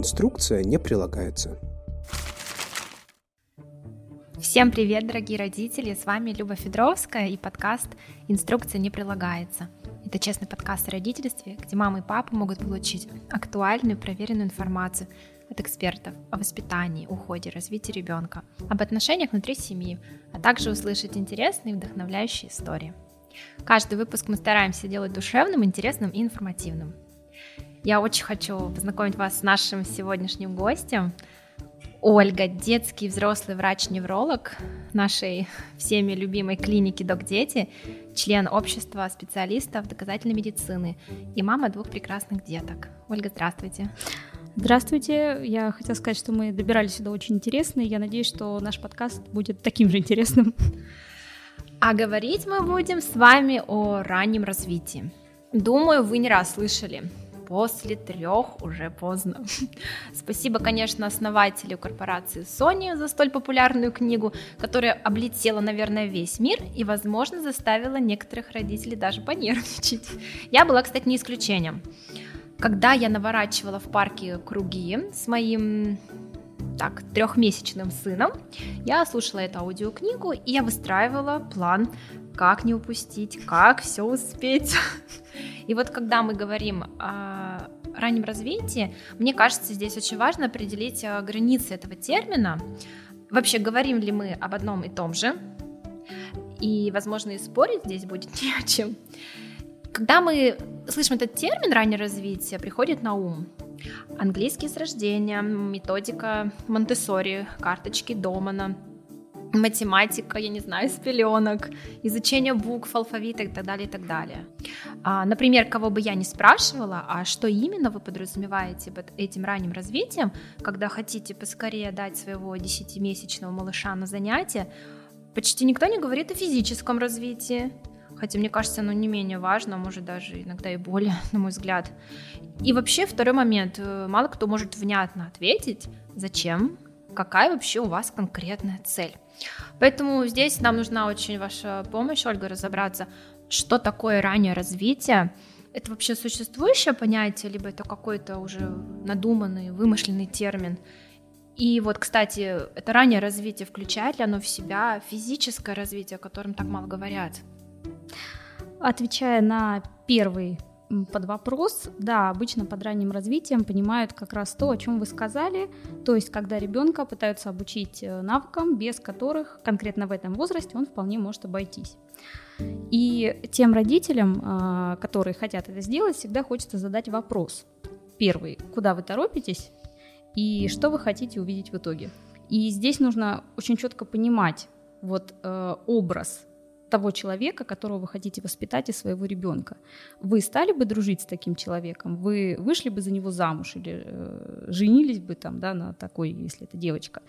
инструкция не прилагается. Всем привет, дорогие родители! С вами Люба Федоровская и подкаст «Инструкция не прилагается». Это честный подкаст о родительстве, где мамы и папы могут получить актуальную, проверенную информацию от экспертов о воспитании, уходе, развитии ребенка, об отношениях внутри семьи, а также услышать интересные и вдохновляющие истории. Каждый выпуск мы стараемся делать душевным, интересным и информативным. Я очень хочу познакомить вас с нашим сегодняшним гостем. Ольга, детский и взрослый врач-невролог нашей всеми любимой клиники «Док-Дети», член общества специалистов доказательной медицины и мама 2 прекрасных деток. Ольга, здравствуйте. Здравствуйте. Я хотела сказать, что мы добирались сюда очень интересно, и я надеюсь, что наш подкаст будет таким же интересным. А говорить мы будем с вами о раннем развитии. Думаю, вы не раз слышали. После 3 уже поздно. Спасибо, конечно, основателю корпорации Sony за столь популярную книгу, которая облетела, наверное, весь мир и, возможно, заставила некоторых родителей даже понервничать. Я была, кстати, не исключением. Когда я наворачивала в парке круги с моим 3-месячным сыном, я слушала эту аудиокнигу, и я выстраивала план, как не упустить, как все успеть. И вот когда мы говорим о раннем развитии, мне кажется, здесь очень важно определить границы этого термина. Вообще, говорим ли мы об одном и том же? И, возможно, и спорить здесь будет не о чем. Когда мы слышим этот термин «раннее развитие», приходит на ум английский с рождения, методика Монтессори, карточки Домана, математика, я не знаю, с пеленок, изучение букв, алфавита и так далее, и так далее. Например, кого бы я ни спрашивала, а что именно вы подразумеваете под этим ранним развитием, когда хотите поскорее дать своего 10-месячного малыша на занятия, почти никто не говорит о физическом развитии. Хотя, мне кажется, оно не менее важно, может даже иногда и более, на мой взгляд. И вообще, второй момент. Мало кто может внятно ответить, зачем, какая вообще у вас конкретная цель. Поэтому здесь нам нужна очень ваша помощь, Ольга, разобраться, что такое раннее развитие. Это вообще существующее понятие, либо это какой-то уже надуманный, вымышленный термин. И вот, кстати, это раннее развитие, включает ли оно в себя физическое развитие, о котором так мало говорят? Отвечая на первый подвопрос, да, обычно под ранним развитием понимают как раз то, о чем вы сказали, то есть когда ребенка пытаются обучить навыкам, без которых конкретно в этом возрасте он вполне может обойтись. И тем родителям, которые хотят это сделать, всегда хочется задать вопрос. Первый, куда вы торопитесь и что вы хотите увидеть в итоге? И здесь нужно очень четко понимать образ того человека, которого вы хотите воспитать из своего ребенка. Вы стали бы дружить с таким человеком? Вы вышли бы за него замуж или женились бы на такой, если это девочка?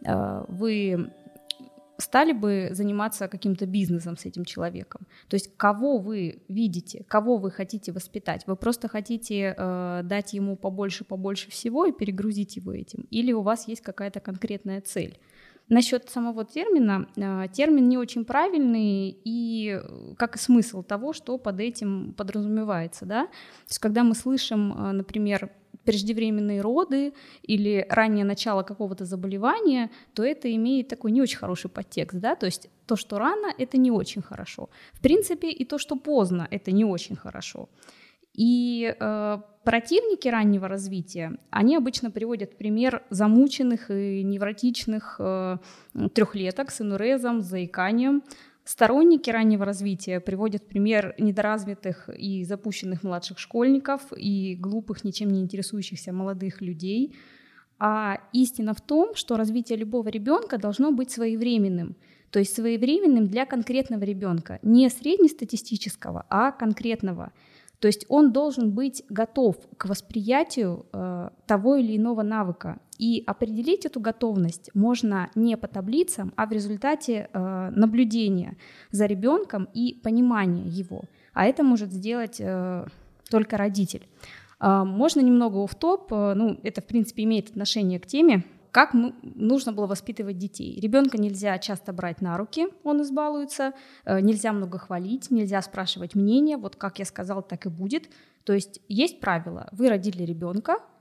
Вы стали бы заниматься каким-то бизнесом с этим человеком? То есть кого вы видите, кого вы хотите воспитать? Вы просто хотите дать ему побольше всего и перегрузить его этим? Или у вас есть какая-то конкретная цель? Насчет самого термина, термин не очень правильный, и как и смысл того, что под этим подразумевается. Да? То есть когда мы слышим, например, преждевременные роды или раннее начало какого-то заболевания, то это имеет такой не очень хороший подтекст. Да? То есть то, что рано, это не очень хорошо. В принципе, и то, что поздно, это не очень хорошо. И противники раннего развития, они обычно приводят в пример замученных и невротичных 3-леток с энурезом, с заиканием. Сторонники раннего развития приводят в пример недоразвитых и запущенных младших школьников и глупых, ничем не интересующихся молодых людей. А истина в том, что развитие любого ребенка должно быть своевременным. То есть своевременным для конкретного ребенка, не среднестатистического, а конкретного. То есть он должен быть готов к восприятию того или иного навыка. И определить эту готовность можно не по таблицам, а в результате наблюдения за ребенком и понимания его. А это может сделать только родитель. Можно немного офф-топ, это, в принципе, имеет отношение к теме, как нужно было воспитывать детей. Ребенка нельзя часто брать на руки, он избалуется, нельзя много хвалить, нельзя спрашивать мнения, вот как я сказала, так и будет. То есть правило, вы родили ребенка,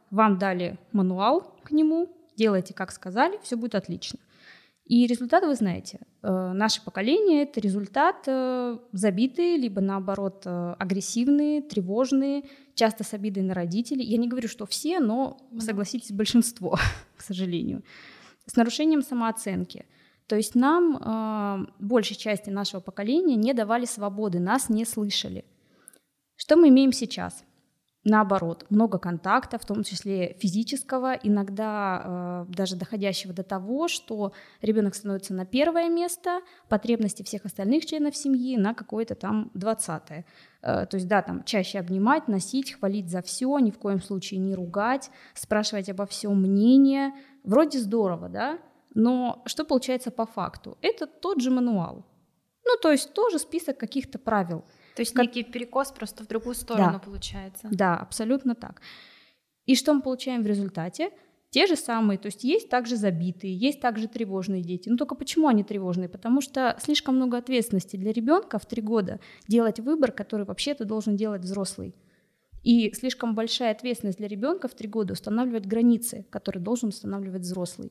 вам дали мануал к нему, делайте, как сказали, все будет отлично. И результат вы знаете. Наше поколение — это результат забитые, либо наоборот агрессивные, тревожные, часто с обидой на родителей. Я не говорю, что все, но, согласитесь, большинство, к сожалению. С нарушением самооценки. То есть нам, большей части нашего поколения, не давали свободы, нас не слышали. Что мы имеем сейчас? Наоборот, много контакта, в том числе физического, иногда даже доходящего до того, что ребенок становится на первое место, потребности всех остальных членов семьи на какое-то там 20-е. То есть, да, там чаще обнимать, носить, хвалить за все, ни в коем случае не ругать, спрашивать обо всем мнение. Вроде здорово, да? Но что получается по факту? Это тот же мануал. То есть тоже список каких-то правил. То есть некий перекос просто в другую сторону получается. Да, абсолютно так. И что мы получаем в результате? Те же самые, то есть есть также забитые, есть также тревожные дети. Но только почему они тревожные? Потому что слишком много ответственности для ребенка в 3 года делать выбор, который вообще-то должен делать взрослый. И слишком большая ответственность для ребенка в 3 года устанавливать границы, которые должен устанавливать взрослый.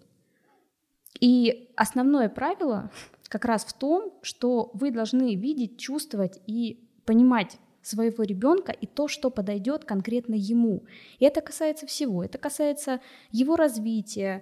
И основное правило как раз в том, что вы должны видеть, чувствовать и понимать своего ребенка и то, что подойдет конкретно ему. И это касается всего. Это касается его развития,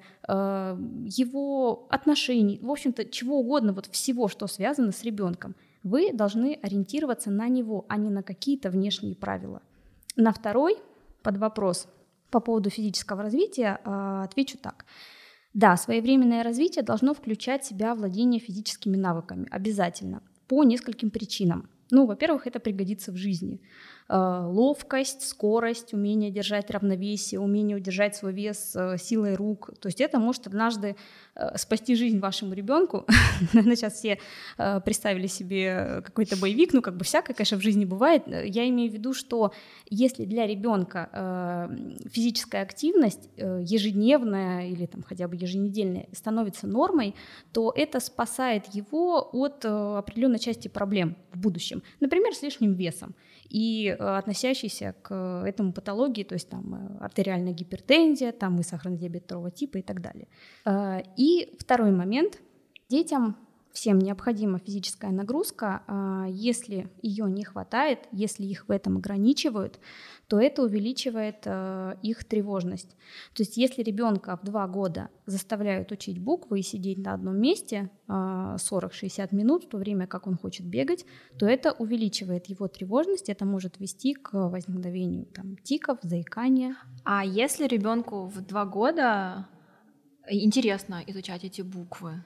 его отношений, в общем-то, чего угодно, вот всего, что связано с ребенком. Вы должны ориентироваться на него, а не на какие-то внешние правила. На второй подвопрос по поводу физического развития отвечу так. Да, своевременное развитие должно включать в себя владение физическими навыками, обязательно, по нескольким причинам. Во-первых, это пригодится в жизни. Ловкость, скорость, умение держать равновесие, умение удержать свой вес силой рук. То есть это может однажды спасти жизнь вашему ребенку. Наверное, сейчас все представили себе какой-то боевик, всякое, конечно, в жизни бывает. Я имею в виду, что если для ребенка физическая активность ежедневная или хотя бы еженедельная становится нормой, то это спасает его от определенной части проблем в будущем. Например, с лишним весом и относящиеся к этому патологии, то есть артериальная гипертензия, и сахарный диабет второго типа и так далее. И второй момент. Детям всем необходима физическая нагрузка. Если ее не хватает, если их в этом ограничивают, то это увеличивает их тревожность. То есть если ребенка в 2 года заставляют учить буквы и сидеть на одном месте 40-60 минут, в то время как он хочет бегать, то это увеличивает его тревожность, это может вести к возникновению тиков, заикания. А если ребенку в 2 года интересно изучать эти буквы?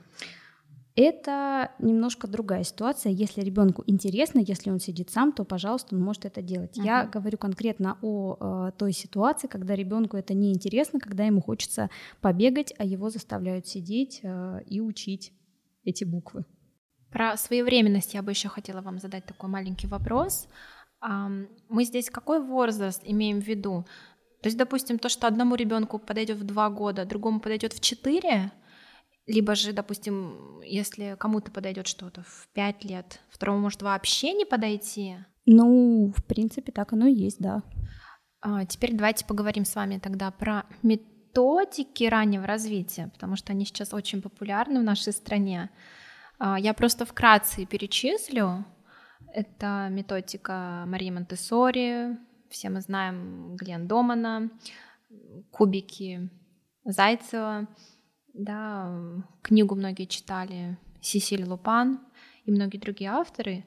Это немножко другая ситуация. Если ребенку интересно, если он сидит сам, то, пожалуйста, он может это делать. Я говорю конкретно о той ситуации, когда ребенку это неинтересно, когда ему хочется побегать, а его заставляют сидеть и учить эти буквы. Про своевременность я бы еще хотела вам задать такой маленький вопрос. Мы здесь какой возраст имеем в виду? То есть, допустим, то, что одному ребенку подойдет в 2 года, другому подойдет в 4, либо же, допустим, если кому-то подойдет что-то в 5 лет, второму может вообще не подойти? В принципе, так оно и есть, да. Теперь давайте поговорим с вами тогда про методики раннего развития, потому что они сейчас очень популярны в нашей стране. Я просто вкратце перечислю. Это методика Марии Монтессори, все мы знаем Глен Домана, кубики Зайцева, да, книгу многие читали, Сесиль Лупан и многие другие авторы.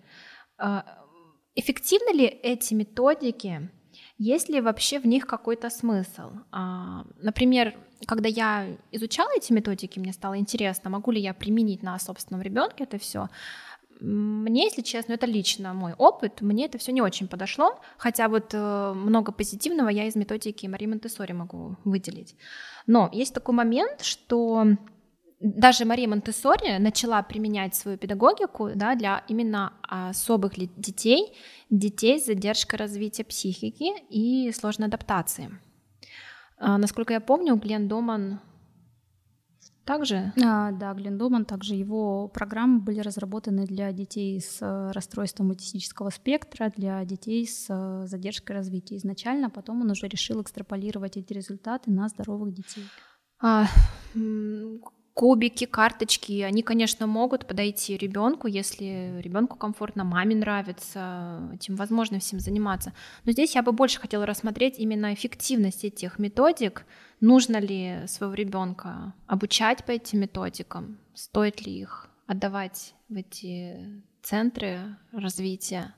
Эффективны ли эти методики? Есть ли вообще в них какой-то смысл? Например, когда я изучала эти методики, мне стало интересно, могу ли я применить на собственном ребенке это все. Мне, если честно, это лично мой опыт, мне это все не очень подошло, хотя много позитивного я из методики Марии Монтессори могу выделить. Но есть такой момент, что даже Мария Монтессори начала применять свою педагогику, да, для именно особых детей с задержкой развития психики и сложной адаптации. Насколько я помню, Глен Доман также? Да, Глендоман, также его программы были разработаны для детей с расстройством аутистического спектра, для детей с задержкой развития изначально, потом он уже решил экстраполировать эти результаты на здоровых детей. Кубики, карточки, они, конечно, могут подойти ребенку, если ребенку комфортно, маме нравится, этим возможно всем заниматься. Но здесь я бы больше хотела рассмотреть именно эффективность этих методик. Нужно ли своего ребенка обучать по этим методикам? Стоит ли их отдавать в эти центры развития?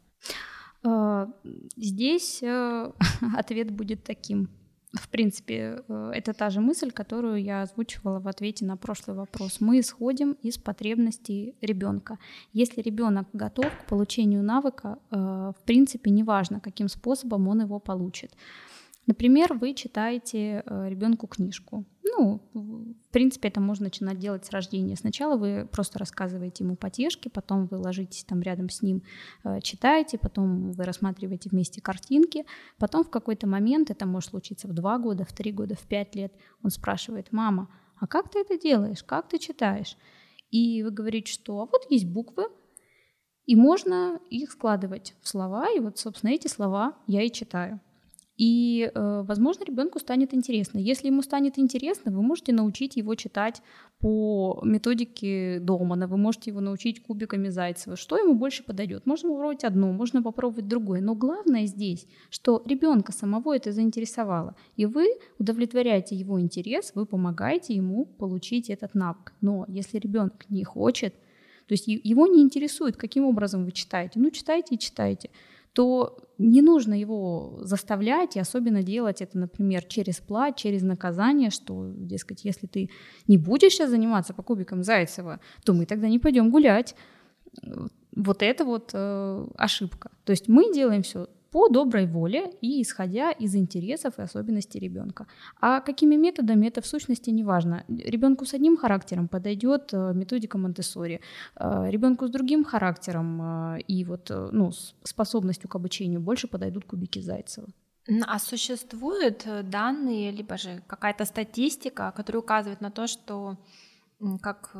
Здесь ответ будет таким. В принципе, это та же мысль, которую я озвучивала в ответе на прошлый вопрос. Мы исходим из потребностей ребенка. Если ребенок готов к получению навыка, в принципе, неважно, каким способом он его получит. Например, вы читаете ребенку книжку. В принципе, это можно начинать делать с рождения. Сначала вы просто рассказываете ему потешки, потом вы ложитесь там рядом с ним, читаете, потом вы рассматриваете вместе картинки, потом в какой-то момент, это может случиться в 2 года, в 3 года, в 5 лет, он спрашивает: «Мама, а как ты это делаешь? Как ты читаешь?» И вы говорите, что а вот есть буквы, и можно их складывать в слова, и вот, собственно, эти слова я и читаю. И, возможно, ребенку станет интересно. Если ему станет интересно, вы можете научить его читать по методике Домана, вы можете его научить кубиками Зайцева. Что ему больше подойдет? Можно попробовать одно, можно попробовать другое. Но главное здесь, что ребенка самого это заинтересовало. И вы удовлетворяете его интерес, вы помогаете ему получить этот навык. Но если ребенок не хочет, то есть его не интересует, каким образом вы читаете, читайте и читайте, то не нужно его заставлять, и особенно делать это, например, через плат, через наказание, что, дескать, если ты не будешь сейчас заниматься по кубикам Зайцева, то мы тогда не пойдем гулять. Вот это вот ошибка. То есть мы делаем все по доброй воле и исходя из интересов и особенностей ребенка. А какими методами, это в сущности не важно. Ребенку с одним характером подойдет методика Монтессори, ребенку с другим характером и способностью к обучению больше подойдут кубики Зайцева. А существуют данные, либо же какая-то статистика, которая указывает на то, что как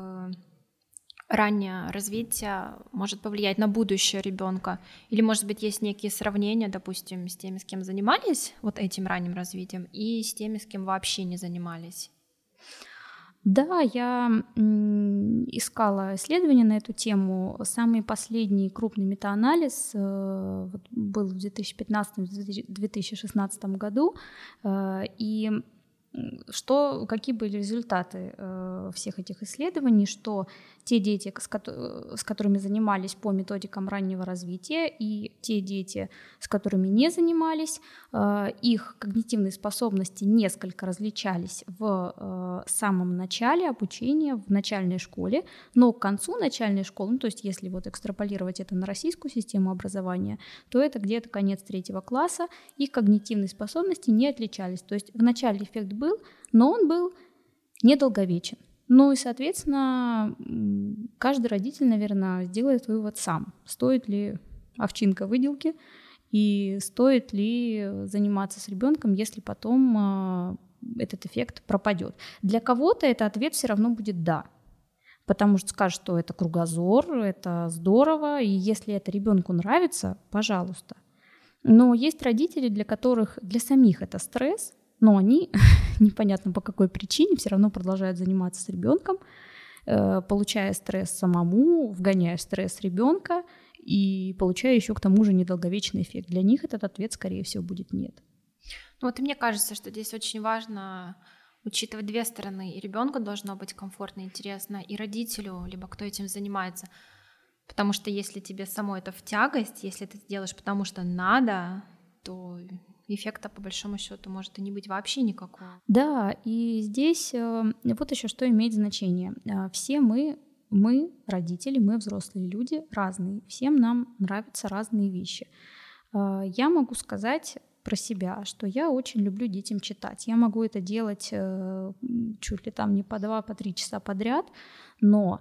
раннее развитие может повлиять на будущее ребенка? Или, может быть, есть некие сравнения, допустим, с теми, с кем занимались вот этим ранним развитием, и с теми, с кем вообще не занимались? Да, я искала исследования на эту тему. Самый последний крупный метаанализ был в 2015-2016 году. И какие были результаты всех этих исследований, что те дети, с которыми занимались по методикам раннего развития, и те дети, с которыми не занимались, их когнитивные способности несколько различались в самом начале обучения, в начальной школе, но к концу начальной школы, то есть если вот экстраполировать это на российскую систему образования, то это где-то конец 3 класса, их когнитивные способности не отличались. То есть в начале эффект был, но он был недолговечен. И, соответственно, каждый родитель, наверное, сделает вывод сам. Стоит ли овчинка выделки и стоит ли заниматься с ребенком, если потом этот эффект пропадет. Для кого-то этот ответ все равно будет «да», потому что скажут, что это кругозор, это здорово, и если это ребенку нравится, пожалуйста. Но есть родители, для которых, для самих это стресс, но они, непонятно по какой причине, все равно продолжают заниматься с ребенком, получая стресс самому, вгоняя в стресс ребенка и получая еще к тому же недолговечный эффект. Для них этот ответ, скорее всего, будет нет. И мне кажется, что здесь очень важно учитывать 2 стороны. И ребенку должно быть комфортно, интересно, и родителю, либо кто этим занимается. Потому что если тебе самой это в тягость, если ты это делаешь потому что надо, то эффекта, по большому счету, может и не быть вообще никакого. Да, и здесь вот еще что имеет значение. Все мы, родители, мы взрослые люди, разные. Всем нам нравятся разные вещи. Я могу сказать про себя, что я очень люблю детям читать. Я могу это делать чуть ли там не по 2, по 3 часа подряд, но...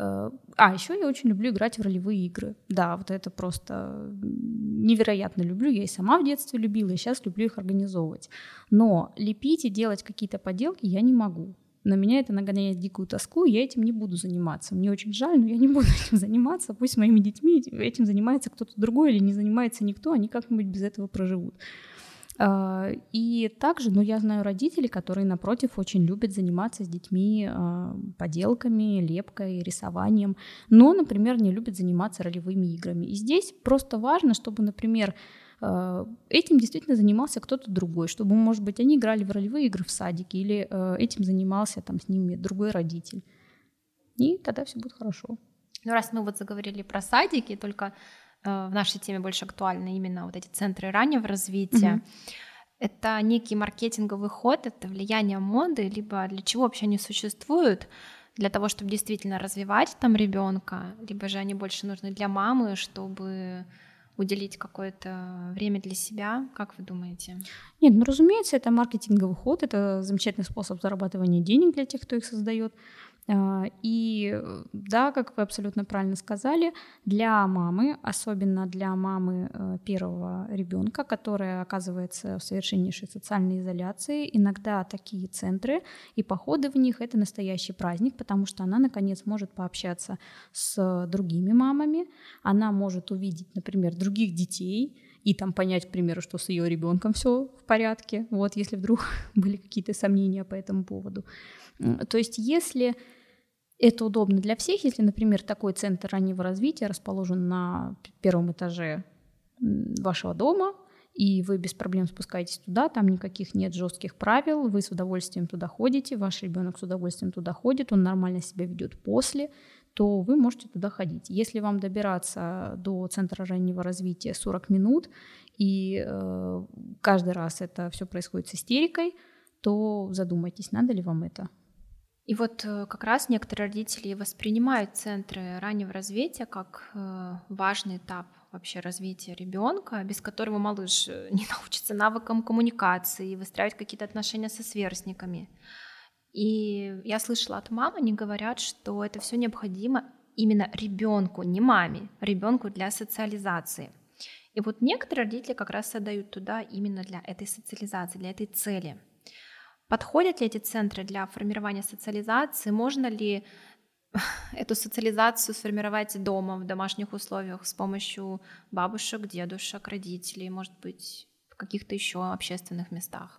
еще я очень люблю играть в ролевые игры. Да, вот это просто невероятно люблю. Я и сама в детстве любила, и сейчас люблю их организовывать. Но лепить и делать какие-то поделки я не могу. на меня это нагоняет дикую тоску, и я этим не буду заниматься. Мне очень жаль, но я не буду этим заниматься. Пусть с моими детьми этим занимается кто-то другой или не занимается никто, они как-нибудь без этого проживут. И также, я знаю родителей, которые, напротив, очень любят заниматься с детьми поделками, лепкой, рисованием, но, например, не любят заниматься ролевыми играми. И здесь просто важно, чтобы, например, этим действительно занимался кто-то другой, чтобы, может быть, они играли в ролевые игры в садике или этим занимался там с ними другой родитель. И тогда все будет хорошо. Раз мы заговорили про садики, только в нашей теме больше актуальны именно эти центры раннего развития. Это некий маркетинговый ход, это влияние моды, либо для чего вообще они существуют? Для того, чтобы действительно развивать там ребенка, либо же они больше нужны для мамы, чтобы уделить какое-то время для себя? Как вы думаете? Нет, разумеется, это маркетинговый ход, это замечательный способ зарабатывания денег для тех, кто их создает. И да, как вы абсолютно правильно сказали, для мамы, особенно для мамы первого ребенка, которая оказывается в совершеннейшей социальной изоляции, иногда такие центры и походы в них — это настоящий праздник, потому что она, наконец, может пообщаться с другими мамами, она может увидеть, например, других детей и там понять, к примеру, что с ее ребенком все в порядке, если вдруг были какие-то сомнения по этому поводу. То есть если это удобно для всех, если, например, такой центр раннего развития расположен на первом этаже вашего дома, и вы без проблем спускаетесь туда, там никаких нет жестких правил, вы с удовольствием туда ходите, ваш ребенок с удовольствием туда ходит, он нормально себя ведет после, то вы можете туда ходить. Если вам добираться до центра раннего развития 40 минут, и каждый раз это все происходит с истерикой, то задумайтесь, надо ли вам это. И как раз некоторые родители воспринимают центры раннего развития как важный этап вообще развития ребенка, без которого малыш не научится навыкам коммуникации, выстраивать какие-то отношения со сверстниками. И я слышала от мам, они говорят, что это все необходимо именно ребенку, не маме, ребенку для социализации. И некоторые родители как раз отдают туда именно для этой социализации, для этой цели. Подходят ли эти центры для формирования социализации? Можно ли эту социализацию сформировать дома, в домашних условиях, с помощью бабушек, дедушек, родителей, может быть, в каких-то еще общественных местах?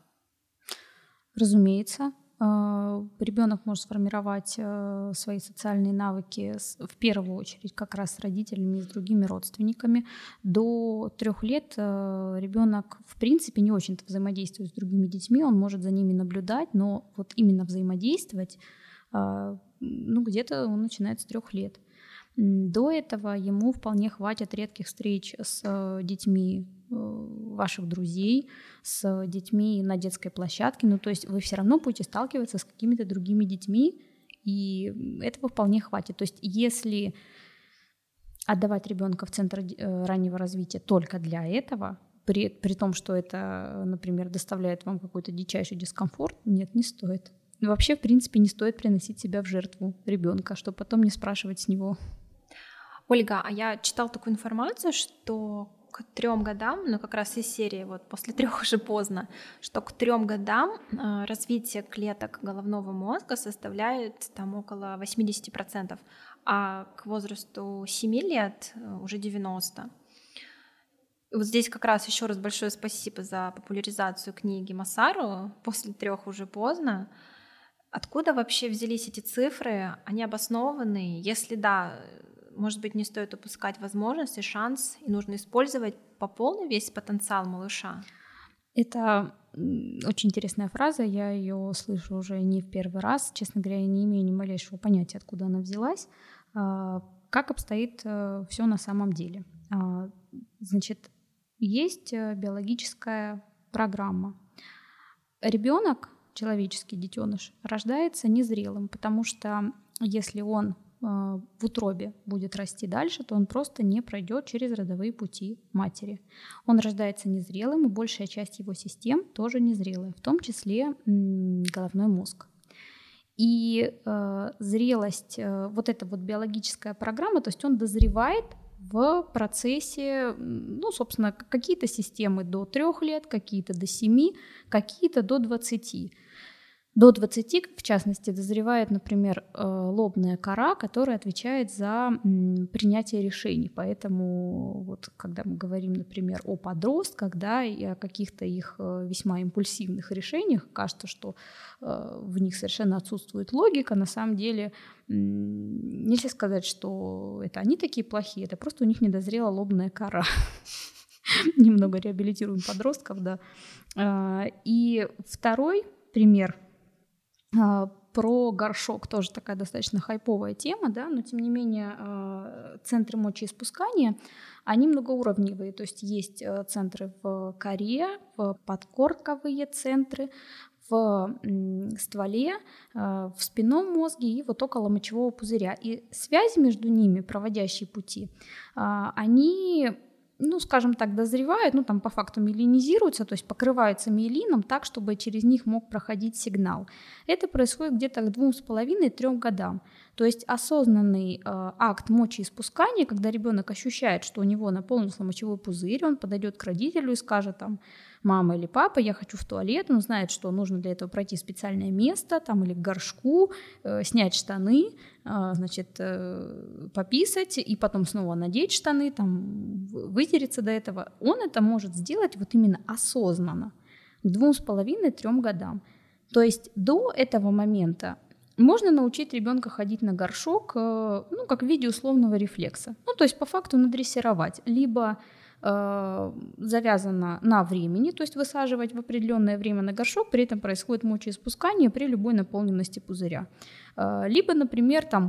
Разумеется. Ребенок может сформировать свои социальные навыки в первую очередь как раз с родителями и с другими родственниками. До 3 лет ребенок в принципе не очень-то взаимодействует с другими детьми, он может за ними наблюдать, но именно взаимодействовать где-то он начинает с 3 лет. До этого ему вполне хватит редких встреч с детьми ваших друзей, с детьми на детской площадке. То есть вы все равно будете сталкиваться с какими-то другими детьми, и этого вполне хватит. То есть если отдавать ребенка в центр раннего развития только для этого, при том, что это, например, доставляет вам какой-то дичайший дискомфорт, нет, не стоит. Вообще, в принципе, не стоит приносить себя в жертву ребенка, чтобы потом не спрашивать с него. Ольга, а я читала такую информацию, что к 3 годам, как раз из серии после 3 уже поздно, что к 3 годам развитие клеток головного мозга составляет около 80%, а к возрасту 7 лет уже 90%. Здесь как раз еще раз большое спасибо за популяризацию книги Массару «После 3 уже поздно». Откуда вообще взялись эти цифры? Они обоснованы? Если да, может быть, не стоит упускать возможность и шанс, и нужно использовать по полной весь потенциал малыша? Это очень интересная фраза, я ее слышу уже не в первый раз. Честно говоря, я не имею ни малейшего понятия, откуда она взялась. Как обстоит все на самом деле? Значит, есть биологическая программа. Ребенок, человеческий детеныш, рождается незрелым, потому что если он в утробе будет расти дальше, то он просто не пройдет через родовые пути матери. Он рождается незрелым, и большая часть его систем тоже незрелая, в том числе головной мозг. И зрелость, эта биологическая программа, то есть он дозревает в процессе, собственно, какие-то системы до 3 лет, какие-то до 7, какие-то до 20. До 20, в частности, дозревает, например, лобная кора, которая отвечает за принятие решений. Поэтому вот когда мы говорим, например, о подростках, да, и о каких-то их весьма импульсивных решениях, кажется, что в них совершенно отсутствует логика. На самом деле нельзя сказать, что это они такие плохие, это просто у них недозрела лобная кора. Немного реабилитируем подростков, да. И второй пример про горшок, тоже такая достаточно хайповая тема, да, но тем не менее центры мочеиспускания, они многоуровневые, то есть есть центры в коре, в подкорковые центры, в стволе, в спинном мозге и вот около мочевого пузыря. И связи между ними, проводящие пути, они, ну, скажем так, дозревают, ну, там по факту миелинизируются, то есть покрываются миелином так, чтобы через них мог проходить сигнал. Это происходит где-то к 2,5-3 годам. То есть осознанный акт мочеиспускания, когда ребенок ощущает, что у него наполнился мочевой пузырь, он подойдет к родителю и скажет там: мама или папа, я хочу в туалет, он знает, что нужно для этого пройти специальное место там, или к горшку, снять штаны, значит, пописать и потом снова надеть штаны, там, вытереться до этого. Он это может сделать вот именно осознанно к 2,5-3 годам. То есть до этого момента можно научить ребенка ходить на горшок, ну, как в виде условного рефлекса. Ну, то есть по факту надрессировать. Либо завязано на времени, то есть высаживать в определенное время на горшок, при этом происходит мочеиспускание при любой наполненности пузыря. Либо, например, там,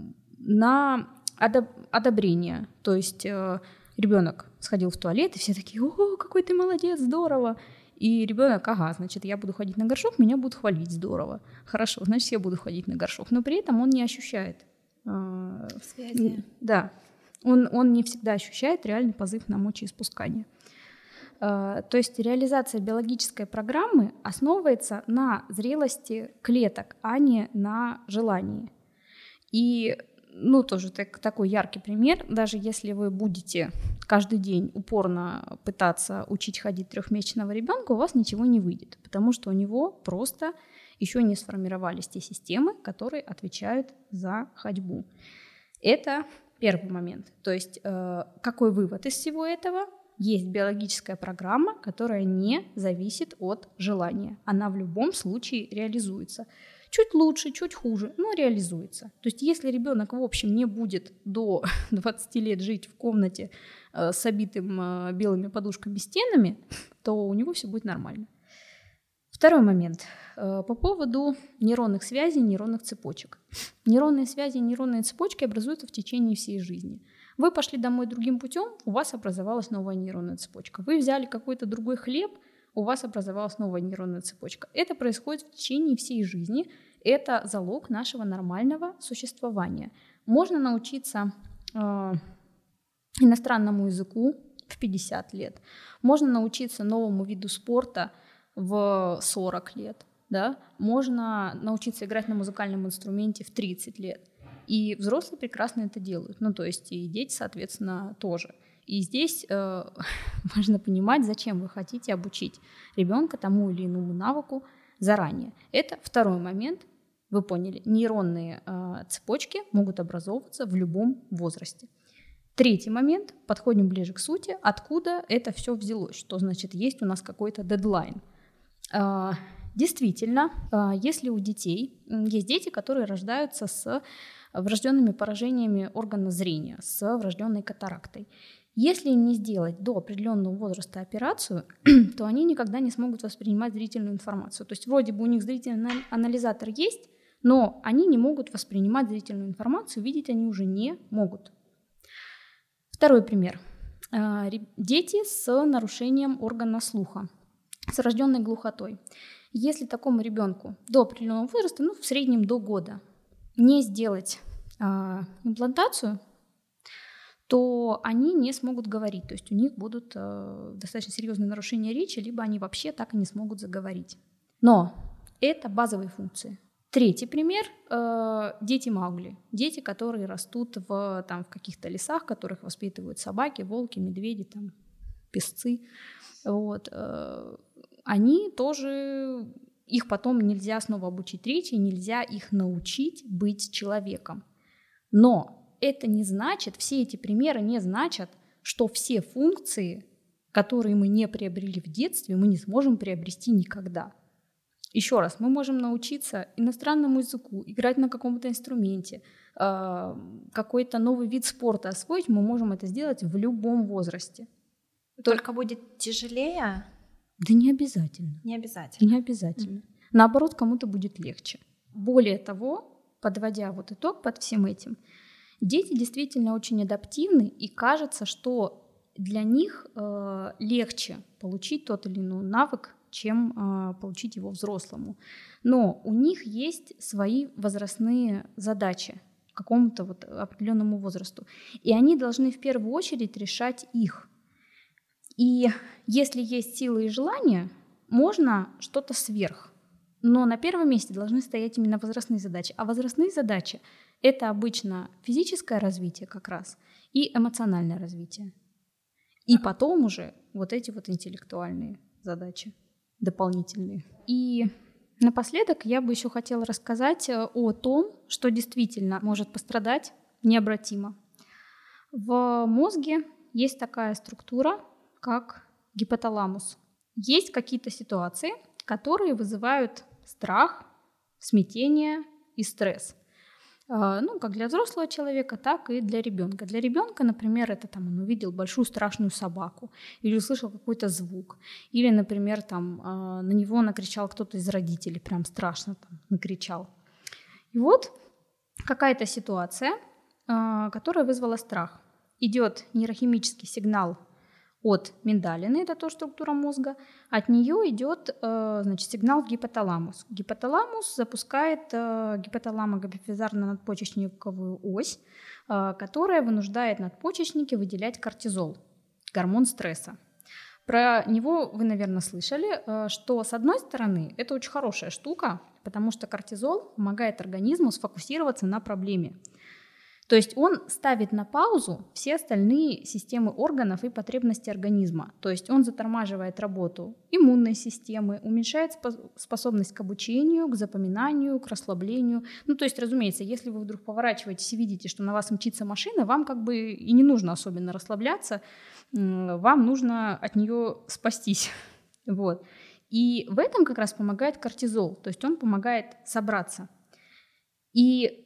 на одобрение, то есть ребенок сходил в туалет, и все такие: о, какой ты молодец, здорово. И ребенок: ага, значит, я буду ходить на горшок, меня будут хвалить, здорово. Хорошо, значит, я буду ходить на горшок. Но при этом он не ощущает связи. Да. Он не всегда ощущает реальный позыв на мочеиспускание. То есть реализация биологической программы основывается на зрелости клеток, а не на желании. И, ну, тоже такой яркий пример. Даже если вы будете каждый день упорно пытаться учить ходить 3-месячного ребенка, у вас ничего не выйдет, потому что у него просто еще не сформировались те системы, которые отвечают за ходьбу. Это первый момент. То есть какой вывод из всего этого? Есть биологическая программа, которая не зависит от желания. Она в любом случае реализуется. Чуть лучше, чуть хуже, но реализуется. То есть если ребенок, в общем, не будет до 20 лет жить в комнате с обитым белыми подушками стенами, то у него все будет нормально. Второй момент. По поводу нейронных связей, нейронных цепочек. Нейронные связи, нейронные цепочки образуются в течение всей жизни. Вы пошли домой другим путем, у вас образовалась новая нейронная цепочка. Вы взяли какой-то другой хлеб, у вас образовалась новая нейронная цепочка. Это происходит в течение всей жизни. Это залог нашего нормального существования. Можно научиться иностранному языку в 50 лет. Можно научиться новому виду спорта в 40 лет. Да? Можно научиться играть на музыкальном инструменте в 30 лет. И взрослые прекрасно это делают. Ну, то есть и дети, соответственно, тоже. И здесь важно понимать, зачем вы хотите обучить ребенка тому или иному навыку заранее. Это второй момент. Вы поняли, нейронные цепочки могут образовываться в любом возрасте. Третий момент, подходим ближе к сути, откуда это все взялось, что значит есть у нас какой-то дедлайн. Действительно, если у детей, есть дети, которые рождаются с врожденными поражениями органа зрения, с врожденной катарактой. Если не сделать до определенного возраста операцию, то они никогда не смогут воспринимать зрительную информацию. То есть вроде бы у них зрительный анализатор есть, но они не могут воспринимать зрительную информацию, видеть они уже не могут. Второй пример. Дети с нарушением органа слуха, с врожденной глухотой. Если такому ребенку до определенного возраста, ну, в среднем до года, не сделать имплантацию, то они не смогут говорить. То есть у них будут достаточно серьезные нарушения речи, либо они вообще так и не смогут заговорить. Но это базовые функции. Третий пример – дети Маугли. Дети, которые растут в каких-то лесах, которых воспитывают собаки, волки, медведи, песцы. Вот. Они тоже их потом нельзя снова обучить речи, нельзя их научить быть человеком. Но это не значит, все эти примеры не значат, что все функции, которые мы не приобрели в детстве, мы не сможем приобрести никогда. Еще раз, мы можем научиться иностранному языку, играть на каком-то инструменте, какой-то новый вид спорта освоить, мы можем это сделать в любом возрасте. Только будет тяжелее? Да не обязательно. Не обязательно. Не обязательно. Наоборот, кому-то будет легче. Более того, подводя вот итог под всем этим, дети действительно очень адаптивны, и кажется, что для них легче получить тот или иной навык, чем получить его взрослому. Но у них есть свои возрастные задачи к какому-то вот определенному возрасту, и они должны в первую очередь решать их. И если есть силы и желание, можно что-то сверх. Но на первом месте должны стоять именно возрастные задачи. А возрастные задачи — это обычно физическое развитие как раз и эмоциональное развитие. И потом уже вот эти вот интеллектуальные задачи дополнительные. И напоследок я бы еще хотела рассказать о том, что действительно может пострадать необратимо. В мозге есть такая структура, как гипоталамус. Есть какие-то ситуации, которые вызывают страх, смятение и стресс. Как для взрослого человека, так и для ребенка. Для ребенка, например, это он увидел большую страшную собаку, или услышал какой-то звук, или, например, на него накричал кто-то из родителей, прям страшно накричал. И вот какая-то ситуация, которая вызвала страх. Идет нейрохимический сигнал от миндалины, это тоже структура мозга, от нее идет сигнал в гипоталамус. Гипоталамус запускает гипоталамо-гипофизарно-надпочечниковую ось, которая вынуждает надпочечники выделять кортизол, гормон стресса. Про него вы, наверное, слышали, что с одной стороны это очень хорошая штука, потому что кортизол помогает организму сфокусироваться на проблеме. То есть он ставит на паузу все остальные системы органов и потребности организма. То есть он затормаживает работу иммунной системы, уменьшает способность к обучению, к запоминанию, к расслаблению. То есть, разумеется, если вы вдруг поворачиваетесь и видите, что на вас мчится машина, вам и не нужно особенно расслабляться, вам нужно от нее спастись. Вот. И в этом как раз помогает кортизол, то есть он помогает собраться. И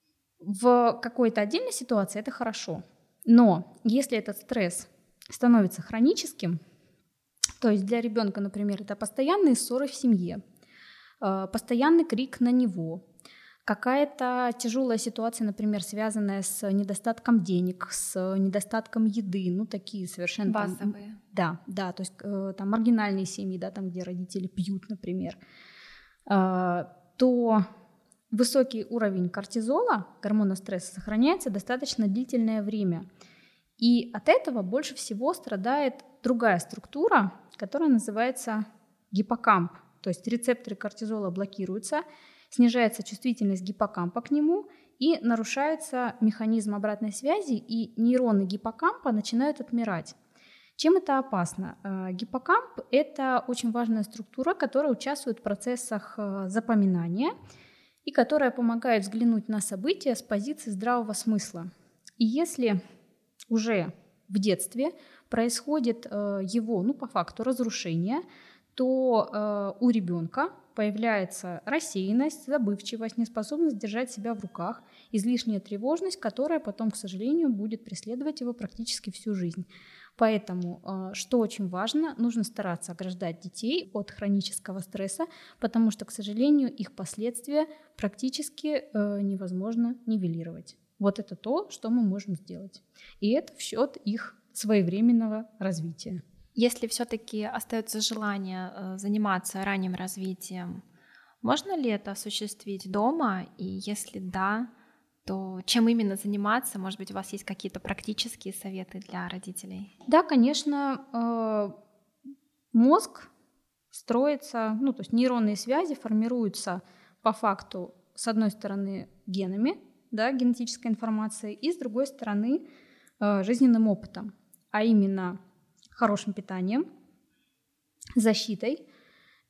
в какой-то отдельной ситуации это хорошо, но если этот стресс становится хроническим, то есть для ребенка, например, это постоянные ссоры в семье, постоянный крик на него, какая-то тяжелая ситуация, например, связанная с недостатком денег, с недостатком еды, такие совершенно базовые. Да, то есть маргинальные семьи, где родители пьют, например, то высокий уровень кортизола, гормона стресса, сохраняется достаточно длительное время. И от этого больше всего страдает другая структура, которая называется гиппокамп. То есть рецепторы кортизола блокируются, снижается чувствительность гиппокампа к нему, и нарушается механизм обратной связи, и нейроны гиппокампа начинают отмирать. Чем это опасно? Гиппокамп – это очень важная структура, которая участвует в процессах запоминания, и которая помогает взглянуть на события с позиции здравого смысла. И если уже в детстве происходит его, по факту, разрушение, то у ребенка появляется рассеянность, забывчивость, неспособность держать себя в руках, излишняя тревожность, которая потом, к сожалению, будет преследовать его практически всю жизнь. Поэтому, что очень важно, нужно стараться ограждать детей от хронического стресса, потому что, к сожалению, их последствия практически невозможно нивелировать. Вот это то, что мы можем сделать. И это в счет их своевременного развития. Если все-таки остается желание заниматься ранним развитием, можно ли это осуществить дома? И если да, то чем именно заниматься? Может быть, у вас есть какие-то практические советы для родителей? Да, конечно, мозг строится, то есть нейронные связи формируются по факту, с одной стороны, генами, генетической информацией, и с другой стороны, жизненным опытом, а именно хорошим питанием, защитой и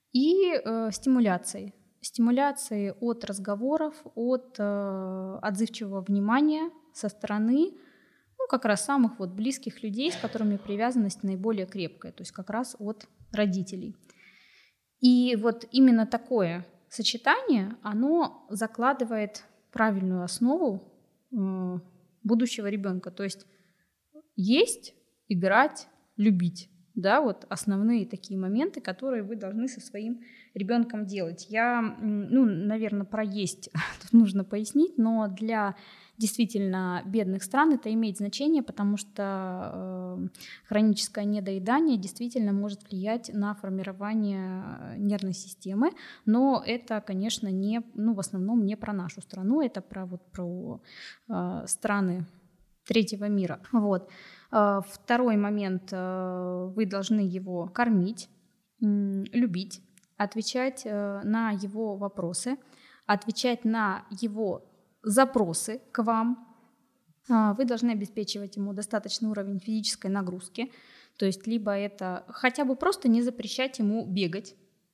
и стимуляции. Стимуляции от разговоров, от отзывчивого внимания со стороны, как раз самых вот близких людей, с которыми привязанность наиболее крепкая, то есть как раз от родителей. И вот именно такое сочетание, оно закладывает правильную основу будущего ребенка. То есть, играть, любить. Да, вот основные такие моменты, которые вы должны со своим ребенком делать. Я, наверное, про есть тут нужно пояснить, но для действительно бедных стран это имеет значение, потому что хроническое недоедание действительно может влиять на формирование нервной системы, но это, конечно, в основном не про нашу страну, это про страны третьего мира. Вот. Второй момент, вы должны его кормить, любить, отвечать на его вопросы, отвечать на его запросы к вам. Вы должны обеспечивать ему достаточный уровень физической нагрузки, то есть либо это хотя бы просто не запрещать ему бегать,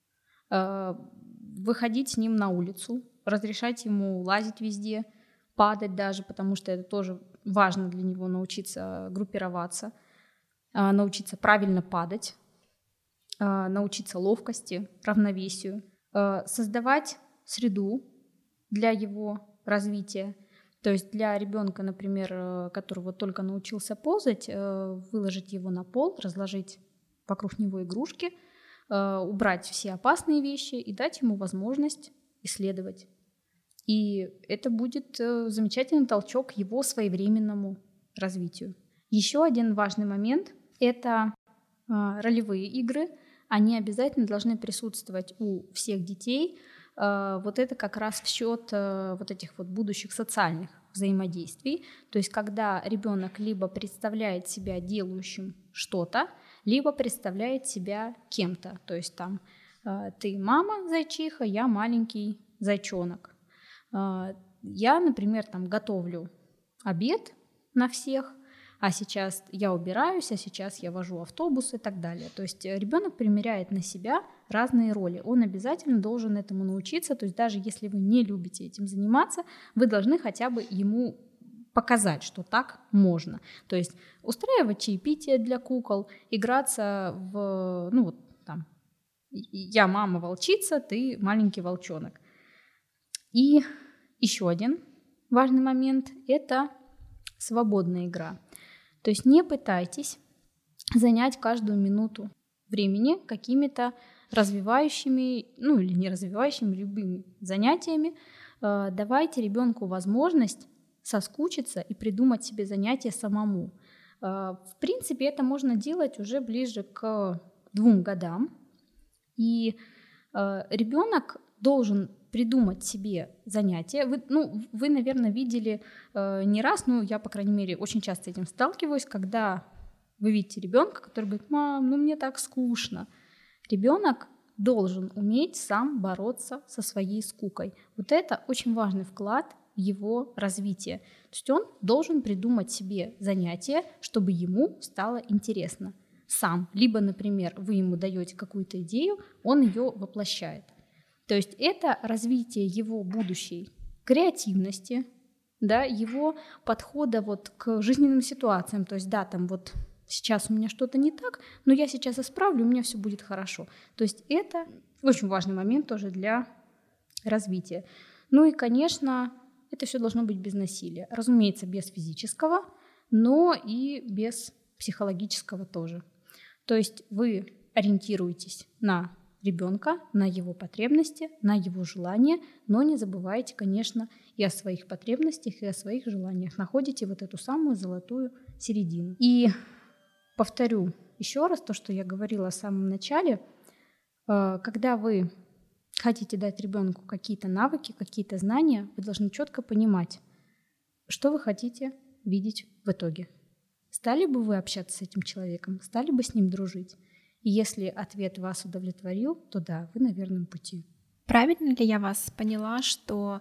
выходить с ним на улицу, разрешать ему лазить везде, падать даже, потому что это тоже важно для него, научиться группироваться, научиться правильно падать, научиться ловкости, равновесию, создавать среду для его развития. То есть для ребенка, например, который вот только научился ползать, выложить его на пол, разложить вокруг него игрушки, убрать все опасные вещи и дать ему возможность исследовать. И это будет замечательный толчок к его своевременному развитию. Еще один важный момент – это ролевые игры. Они обязательно должны присутствовать у всех детей. Вот это как раз в счет вот этих вот будущих социальных взаимодействий. То есть когда ребенок либо представляет себя делающим что-то, либо представляет себя кем-то. То есть там ты мама зайчиха, я маленький зайчонок. Я, например, там готовлю обед на всех, а сейчас я убираюсь, а сейчас я вожу автобус и так далее. То есть ребенок примеряет на себя разные роли. Он обязательно должен этому научиться. То есть даже если вы не любите этим заниматься, вы должны хотя бы ему показать, что так можно. То есть устраивать чаепитие для кукол, играться в, я мама-волчица, ты маленький волчонок. И еще один важный момент – это свободная игра. То есть не пытайтесь занять каждую минуту времени какими-то развивающими, или не развивающими, любыми занятиями. Давайте ребенку возможность соскучиться и придумать себе занятия самому. В принципе, это можно делать уже ближе к 2 годам. И ребенок должен придумать себе занятия. Вы, наверное, видели не раз, я, по крайней мере, очень часто с этим сталкиваюсь, когда вы видите ребенка, который говорит: «Мам, мне так скучно». Ребенок должен уметь сам бороться со своей скукой. Вот это очень важный вклад в его развитие. То есть он должен придумать себе занятие, чтобы ему стало интересно сам. Либо, например, вы ему даете какую-то идею, он ее воплощает. То есть это развитие его будущей креативности, да, его подхода к жизненным ситуациям. То есть сейчас у меня что-то не так, но я сейчас исправлю, у меня все будет хорошо. То есть это очень важный момент тоже для развития. И, конечно, это все должно быть без насилия. Разумеется, без физического, но и без психологического тоже. То есть вы ориентируетесь на ребенка, на его потребности, на его желания, но не забывайте, конечно, и о своих потребностях, и о своих желаниях. Находите вот эту самую золотую середину. И повторю еще раз то, что я говорила в самом начале. Когда вы хотите дать ребенку какие-то навыки, какие-то знания, вы должны четко понимать, что вы хотите видеть в итоге. Стали бы вы общаться с этим человеком, стали бы с ним дружить? И если ответ вас удовлетворил, то да, вы на верном пути. Правильно ли я вас поняла, что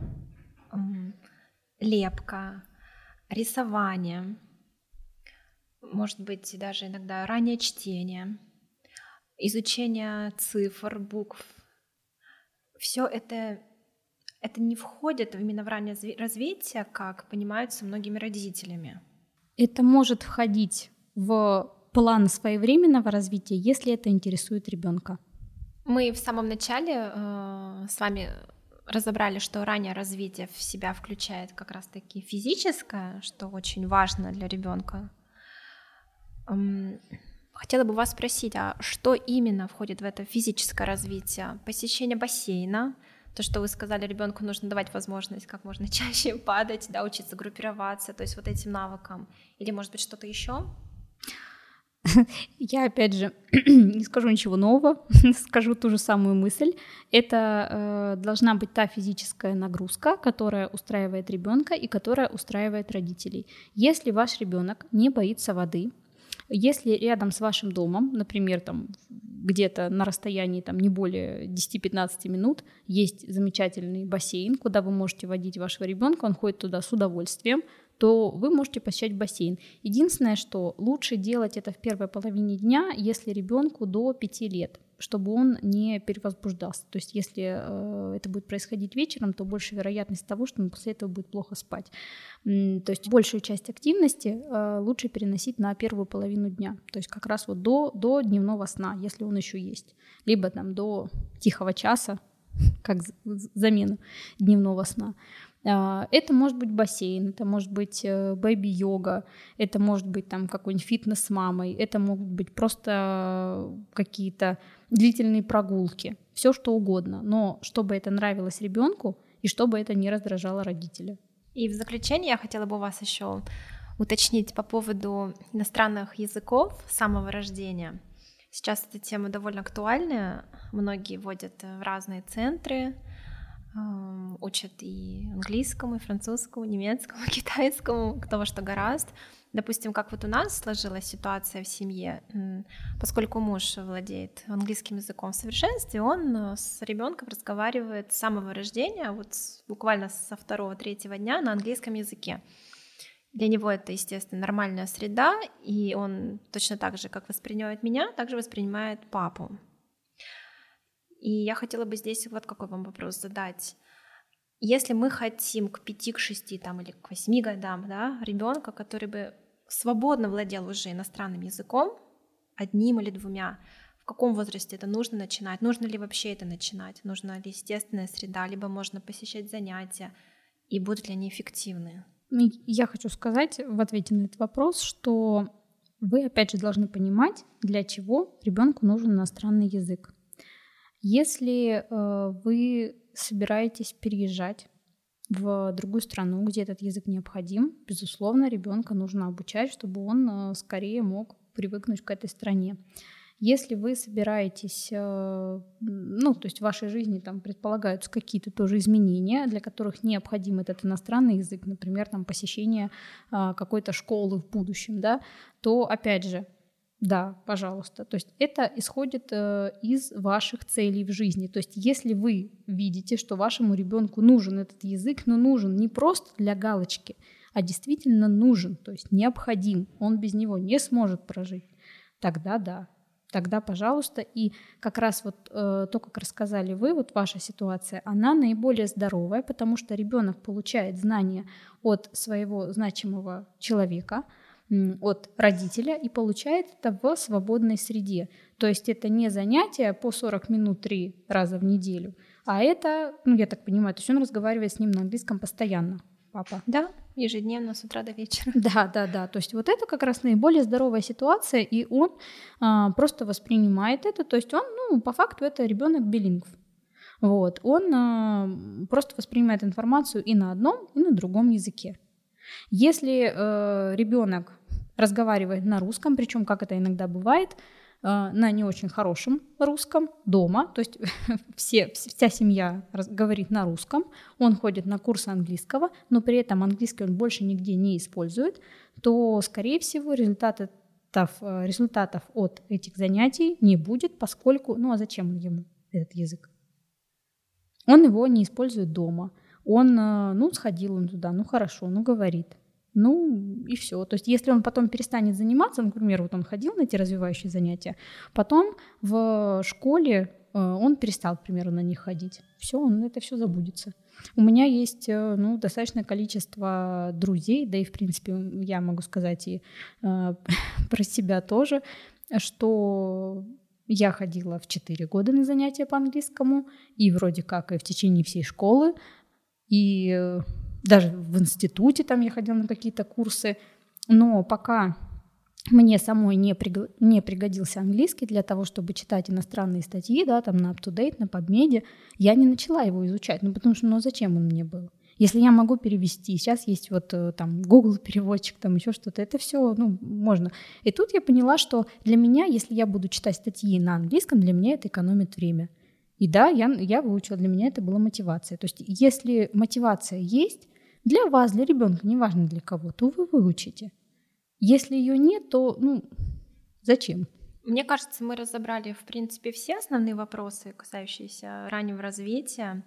лепка, рисование, может быть, даже иногда раннее чтение, изучение цифр, букв, все это не входит именно в раннее развитие, как понимаются многими родителями. Это может входить в план своевременного развития, если это интересует ребенка. Мы в самом начале с вами разобрали, что раннее развитие в себя включает как раз-таки физическое, что очень важно для ребенка. Хотела бы вас спросить, а что именно входит в это физическое развитие? Посещение бассейна, то, что вы сказали, ребенку нужно давать возможность как можно чаще падать, да, учиться группироваться, то есть вот этим навыкам. Или, может быть, что-то еще? Я, опять же, не скажу ничего нового, скажу ту же самую мысль. Это должна быть та физическая нагрузка, которая устраивает ребенка и которая устраивает родителей. Если ваш ребенок не боится воды, если рядом с вашим домом, например, там где-то на расстоянии там, не более 10-15 минут, есть замечательный бассейн, куда вы можете водить вашего ребенка, он ходит туда с удовольствием, то вы можете посещать бассейн. Единственное, что лучше делать это в первой половине дня, если ребенку до 5 лет, чтобы он не перевозбуждался. То есть если это будет происходить вечером, то больше вероятность того, что он после этого будет плохо спать. То есть большую часть активности лучше переносить на первую половину дня. То есть как раз вот до дневного сна, если он еще есть. Либо там до тихого часа, как замену дневного сна. Это может быть бассейн, это может быть бэйби-йога, это может быть там какой-нибудь фитнес с мамой, это могут быть просто какие-то длительные прогулки, все что угодно, но чтобы это нравилось ребенку и чтобы это не раздражало родителя. И в заключение я хотела бы у вас еще уточнить по поводу иностранных языков с самого рождения. Сейчас эта тема довольно актуальная, многие водят в разные центры, учат и английскому, и французскому, и немецкому, и китайскому, кто во что гораст. Допустим, как вот у нас сложилась ситуация в семье, поскольку муж владеет английским языком в совершенстве, он с ребенком разговаривает с самого рождения, вот буквально со 2-3 дня на английском языке. Для него это, естественно, нормальная среда, и он точно так же, как воспринимает меня, также воспринимает папу. И я хотела бы здесь вот какой вам вопрос задать. Если мы хотим к 5, к 6 там, или к 8 годам, да, ребенка, который бы свободно владел уже иностранным языком, 1 или 2, в каком возрасте это нужно начинать? Нужно ли вообще это начинать? Нужна ли естественная среда? Либо можно посещать занятия? И будут ли они эффективны? Я хочу сказать в ответе на этот вопрос, что вы, опять же, должны понимать, для чего ребенку нужен иностранный язык. Если вы собираетесь переезжать в другую страну, где этот язык необходим, безусловно, ребенка нужно обучать, чтобы он скорее мог привыкнуть к этой стране. Если вы собираетесь, то есть в вашей жизни там предполагаются какие-то тоже изменения, для которых необходим этот иностранный язык, например, там посещение какой-то школы в будущем, да, то опять же, да, пожалуйста. То есть это исходит из ваших целей в жизни. То есть если вы видите, что вашему ребенку нужен этот язык, но нужен не просто для галочки, а действительно нужен, то есть необходим, он без него не сможет прожить, тогда да. Тогда, пожалуйста, и как раз вот то, как рассказали вы, вот ваша ситуация, она наиболее здоровая, потому что ребенок получает знания от своего значимого человека, от родителя и получает это в свободной среде. То есть это не занятие по 40 минут 3 раза в неделю, а это, я так понимаю, то есть он разговаривает с ним на английском постоянно. Папа. Да, ежедневно с утра до вечера. Да. То есть вот это как раз наиболее здоровая ситуация, и он просто воспринимает это. То есть он, по факту, это ребенок билингв. Вот. Он просто воспринимает информацию и на одном, и на другом языке. Если ребенок разговаривает на русском, причем как это иногда бывает, на не очень хорошем русском дома, то есть вся семья говорит на русском, он ходит на курсы английского, но при этом английский он больше нигде не использует, то, скорее всего, результатов от этих занятий не будет, поскольку, а зачем ему этот язык? Он его не использует дома, он, сходил он туда, хорошо, говорит. И все. То есть если он потом перестанет заниматься, например, вот он ходил на эти развивающие занятия, потом в школе он перестал, к примеру, на них ходить. Все, это все забудется. У меня есть достаточное количество друзей, да и, в принципе, я могу сказать и про себя тоже, что я ходила в 4 года на занятия по английскому, и вроде как и в течение всей школы, и даже в институте там я ходила на какие-то курсы, но пока мне самой не пригодился английский для того, чтобы читать иностранные статьи, да, там на UpToDate, на PubMed, я не начала его изучать, потому что, зачем он мне был? Если я могу перевести, сейчас есть там Google переводчик, там еще что-то, это все, можно. И тут я поняла, что для меня, если я буду читать статьи на английском, для меня это экономит время. И да, я выучила, для меня это была мотивация. То есть если мотивация есть для вас, для ребенка, неважно для кого, то вы выучите. Если ее нет, то зачем? Мне кажется, мы разобрали, в принципе, все основные вопросы, касающиеся раннего развития.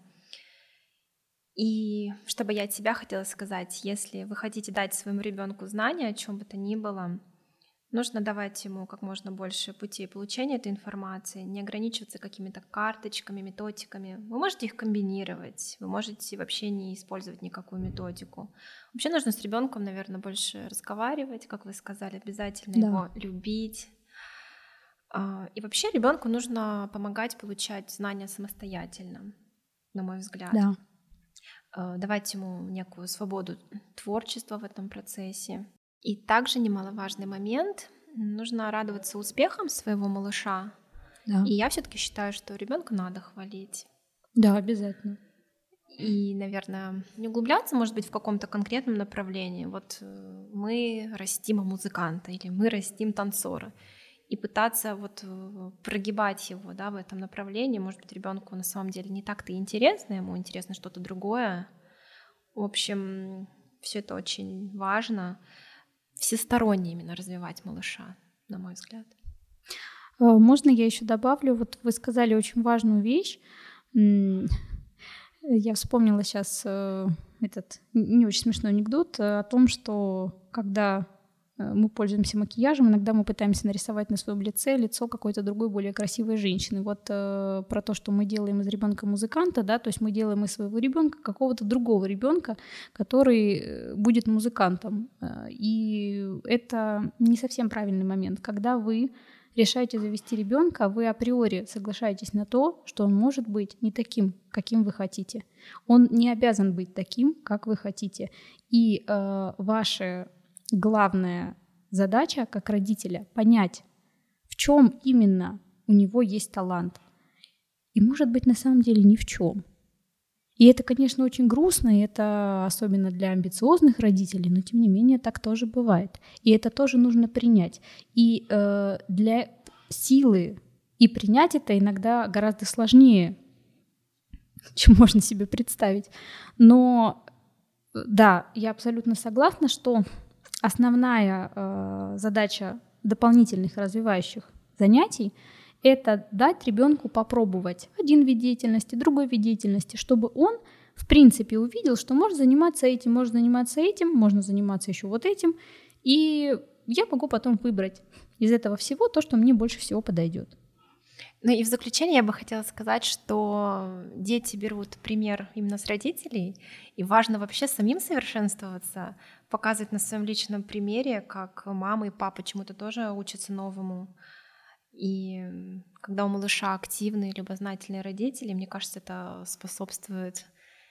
И что бы я от себя хотела сказать, если вы хотите дать своему ребенку знания о чем бы то ни было, нужно давать ему как можно больше путей получения этой информации, не ограничиваться какими-то карточками, методиками. Вы можете их комбинировать, вы можете вообще не использовать никакую методику. Вообще нужно с ребенком, наверное, больше разговаривать, как вы сказали, обязательно его любить. И вообще ребенку нужно помогать получать знания самостоятельно, на мой взгляд. Да. Давать ему некую свободу творчества в этом процессе. И также немаловажный момент, нужно радоваться успехам своего малыша. Да. И я все-таки считаю, что ребенка надо хвалить. Да, обязательно. И, наверное, не углубляться, может быть, в каком-то конкретном направлении. Вот мы растим музыканта или мы растим танцора. И пытаться прогибать его, да, в этом направлении. Может быть, ребенку на самом деле не так-то интересно, ему интересно что-то другое. В общем, все это очень важно. Всесторонне именно развивать малыша, на мой взгляд. Можно я еще добавлю? Вот вы сказали очень важную вещь. Я вспомнила сейчас этот не очень смешной анекдот о том, что когда мы пользуемся макияжем, иногда мы пытаемся нарисовать на своем лицо какой-то другой, более красивой женщины. Вот про то, что мы делаем из ребенка музыканта, да, то есть мы делаем из своего ребенка какого-то другого ребенка, который будет музыкантом. И это не совсем правильный момент. Когда вы решаете завести ребенка, вы априори соглашаетесь на то, что он может быть не таким, каким вы хотите. Он не обязан быть таким, как вы хотите. И ваша главная задача как родителя — понять, в чем именно у него есть талант. И, может быть, на самом деле ни в чем. И это, конечно, очень грустно, и это особенно для амбициозных родителей, но, тем не менее, так тоже бывает. И это тоже нужно принять. И для силы и принять это иногда гораздо сложнее, чем можно себе представить. Но, да, я абсолютно согласна, что основная задача дополнительных развивающих занятий — это дать ребенку попробовать один вид деятельности, другой вид деятельности, чтобы он, в принципе, увидел, что можно заниматься этим, можно заниматься еще вот этим, и я могу потом выбрать из этого всего то, что мне больше всего подойдет. Ну и в заключение я бы хотела сказать, что дети берут пример именно с родителей, и важно вообще самим совершенствоваться, показывать на своем личном примере, как мама и папа чему-то тоже учатся новому. И когда у малыша активные, любознательные родители, мне кажется, это способствует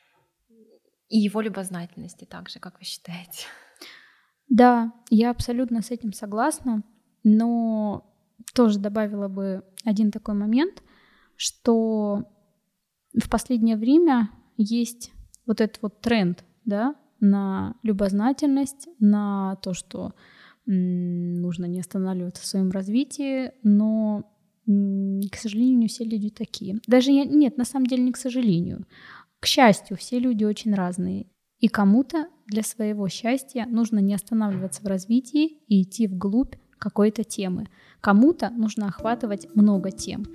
и его любознательности также, как вы считаете? Да, я абсолютно с этим согласна, но тоже добавила бы один такой момент, что в последнее время есть вот этот вот тренд, да, на любознательность, на то, что нужно не останавливаться в своем развитии, но, к сожалению, не все люди такие. Нет, на самом деле не к сожалению. К счастью, все люди очень разные. И кому-то для своего счастья нужно не останавливаться в развитии и идти вглубь какой-то темы. Кому-то нужно охватывать много тем.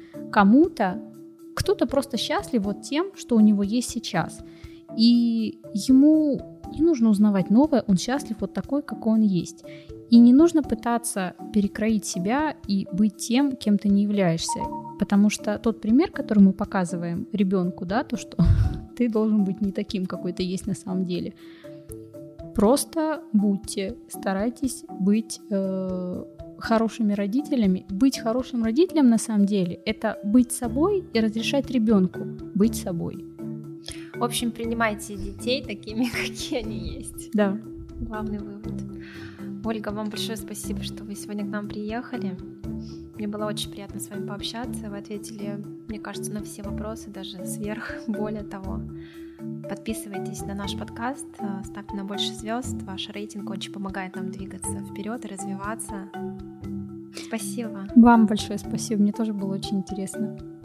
Кто-то просто счастлив вот тем, что у него есть сейчас. И ему не нужно узнавать новое, он счастлив вот такой, какой он есть. И не нужно пытаться перекроить себя и быть тем, кем ты не являешься. Потому что тот пример, который мы показываем ребенку, да, то, что ты должен быть не таким, какой ты есть на самом деле. Просто старайтесь быть хорошими родителями. Быть хорошим родителем на самом деле — это быть собой и разрешать ребенку быть собой. В общем, принимайте детей такими, какие они есть. Да. Главный вывод. Ольга, вам большое спасибо, что вы сегодня к нам приехали. Мне было очень приятно с вами пообщаться. Вы ответили, мне кажется, на все вопросы, даже сверх. Более того, подписывайтесь на наш подкаст, ставьте нам больше звезд. Ваш рейтинг очень помогает нам двигаться вперед и развиваться. Спасибо. Вам большое спасибо. Мне тоже было очень интересно.